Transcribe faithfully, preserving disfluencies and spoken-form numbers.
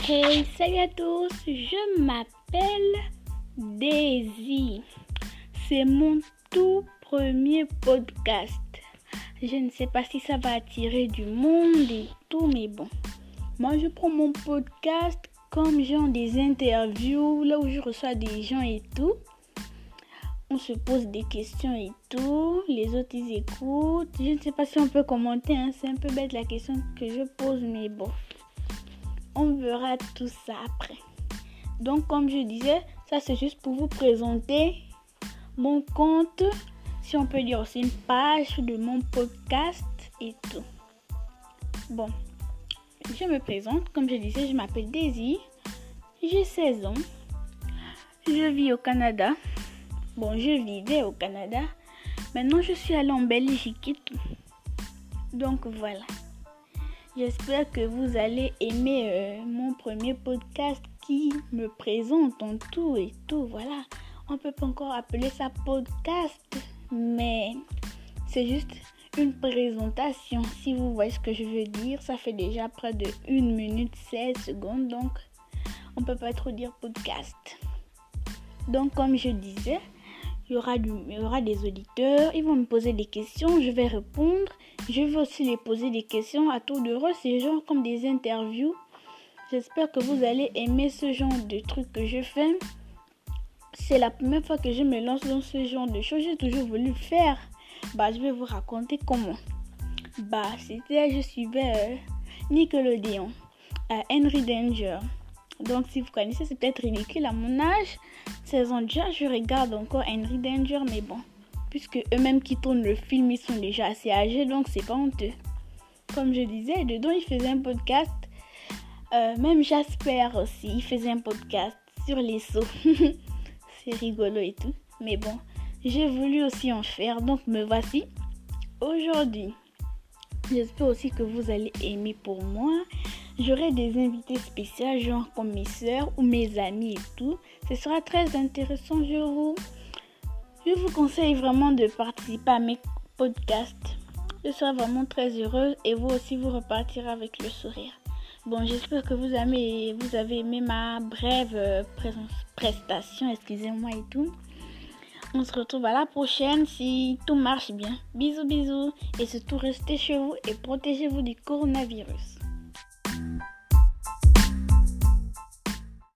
Hey, salut à tous, je m'appelle Daisy. C'est mon tout premier podcast. Je ne sais pas si ça va attirer du monde et tout, mais bon. Moi, je prends mon podcast comme genre des interviews, là où je reçois des gens et tout. On se pose des questions et tout. Les autres, ils écoutent. Je ne sais pas si on peut commenter, hein. C'est un peu bête la question que je pose, mais bon. On verra tout ça après. Donc, comme je disais, ça c'est juste pour vous présenter mon compte, si on peut dire aussi une page de mon podcast et tout. Bon, je me présente. Comme je disais, je m'appelle Daisy. J'ai seize ans. Je vis au Canada. Bon, je vivais au Canada. Maintenant, je suis allée en Belgique et tout. Donc, voilà. J'espère que vous allez aimer euh, mon premier podcast qui me présente en tout et tout. Voilà, on peut pas encore appeler ça podcast, mais c'est juste une présentation. Si vous voyez ce que je veux dire, ça fait déjà près de une minute seize secondes, donc on peut pas trop dire podcast. Donc comme je disais, il y aura du, il y aura des auditeurs, ils vont me poser des questions, je vais répondre. Je vais aussi les poser des questions à tour de rôle, c'est genre comme des interviews. J'espère que vous allez aimer ce genre de trucs que je fais. C'est la première fois que je me lance dans ce genre de choses. J'ai toujours voulu faire. Bah, je vais vous raconter comment. Bah, c'était, je suivais euh, Nickelodeon, euh, Henry Danger. Donc, si vous connaissez, c'est peut-être ridicule à mon âge. seize ans déjà, je regarde encore Henry Danger, mais bon. Puisque eux-mêmes qui tournent le film, ils sont déjà assez âgés, donc c'est pas honteux. Comme je disais, dedans, ils faisaient un podcast. Euh, même Jasper aussi, il faisait un podcast sur les sauts. C'est rigolo et tout. Mais bon, j'ai voulu aussi en faire, donc me voici aujourd'hui. J'espère aussi que vous allez aimer pour moi. J'aurai des invités spéciaux, genre comme mes soeurs ou mes amis et tout. Ce sera très intéressant, je vous... Je vous conseille vraiment de participer à mes podcasts. Je serai vraiment très heureuse et vous aussi vous repartirez avec le sourire. Bon, j'espère que vous avez, vous avez aimé ma brève euh, prestation, excusez-moi et tout. On se retrouve à la prochaine si tout marche bien. Bisous, bisous. Et surtout, restez chez vous et protégez-vous du coronavirus.